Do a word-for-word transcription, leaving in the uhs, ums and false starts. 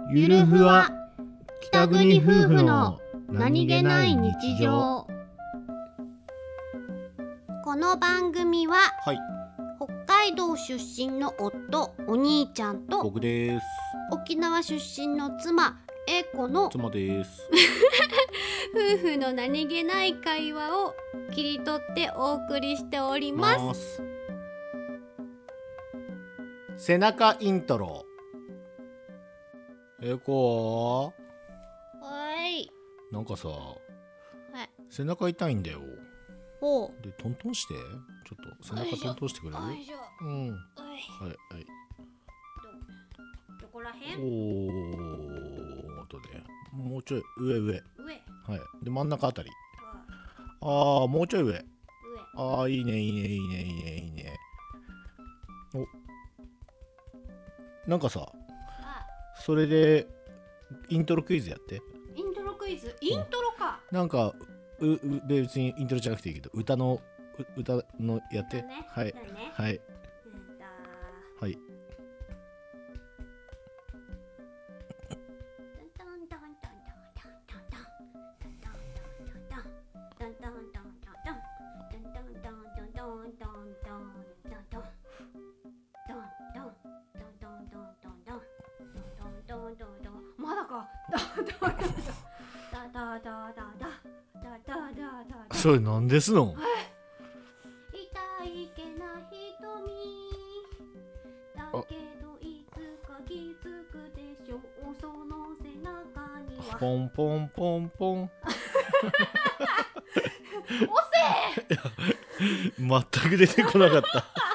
ゆるふわ北国夫婦の何気ない日常。 この番組は、 はい、 北海道出身の夫お兄ちゃんと僕です。 沖縄出身の妻英子の妻です。 夫婦の何気ない会話を切り取ってお送りしております。 ます背中イントロ。英子、 はい、 なんかさ、 はい、 背中痛いんだよ。 ほうでトントンして、ちょっと背中トントンしてくれる？ よいしょ。 うん。 おいはいはい。 ど、どこらへん？ おーっとね、もうちょい上上。 上。 はい。で真ん中あたり。 あああ、もうちょい上。 上。 ああ、いいねいいねいいねいいねいいね。お、なんかさ、 あ、 それでイントロクイズやって。 イントロクイズ。イントロか。 なんかうう別にイントロじゃなくていいけど、歌のう歌のやって。 ね、 はい、 ね、 はいうんだはい。 まだか。 それなんですの？ 痛いけな瞳だけどいつか気づくでしょう、その背中には。 ポンポンポンポン。 おせ全く出てこなかった。